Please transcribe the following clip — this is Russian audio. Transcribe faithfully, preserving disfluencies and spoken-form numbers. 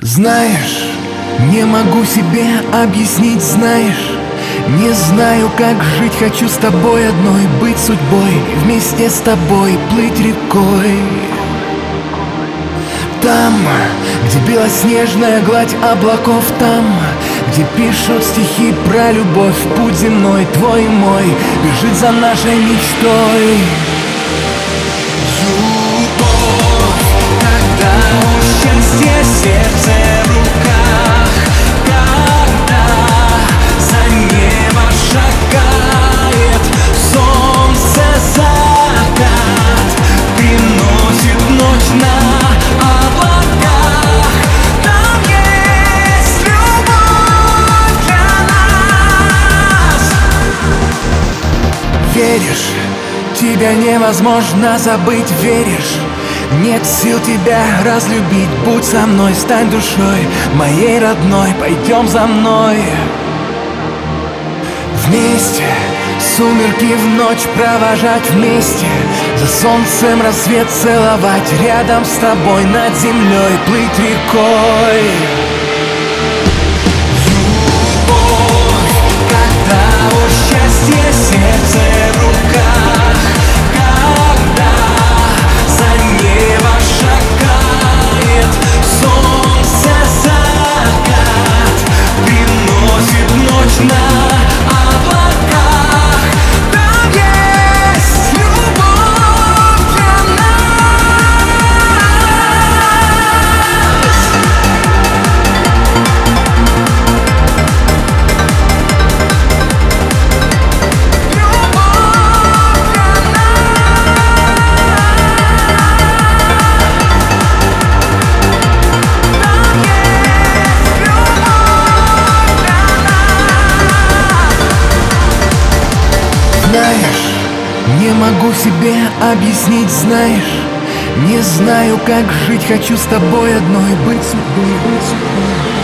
Знаешь, не могу себе объяснить, знаешь, не знаю, как жить, хочу с тобой одной быть судьбой, вместе с тобой плыть рекой. Там, где белоснежная гладь облаков, там, где пишут стихи про любовь, путь земной, твой и мой, бежит за нашей мечтой. Любовь, когда у счастья сердце в руках, когда за небо шагает солнце, закат приносит ночь на облаках. Там есть любовь для нас. Веришь? Тебя невозможно забыть, веришь? Нет сил тебя разлюбить. Будь со мной, стань душой моей родной, пойдем за мной. Вместе сумерки в ночь провожать, вместе за солнцем рассвет целовать, рядом с тобой над землей плыть рекой. Любовь, когда у счастья сердце в руках, когда за небо шагает солнце, закат приносит ночь на облаках. Там есть любовь для нас. Знаешь, не могу себе объяснить, знаешь, не знаю, как жить, хочу с тобой одной быть судьбой, быть судьбой.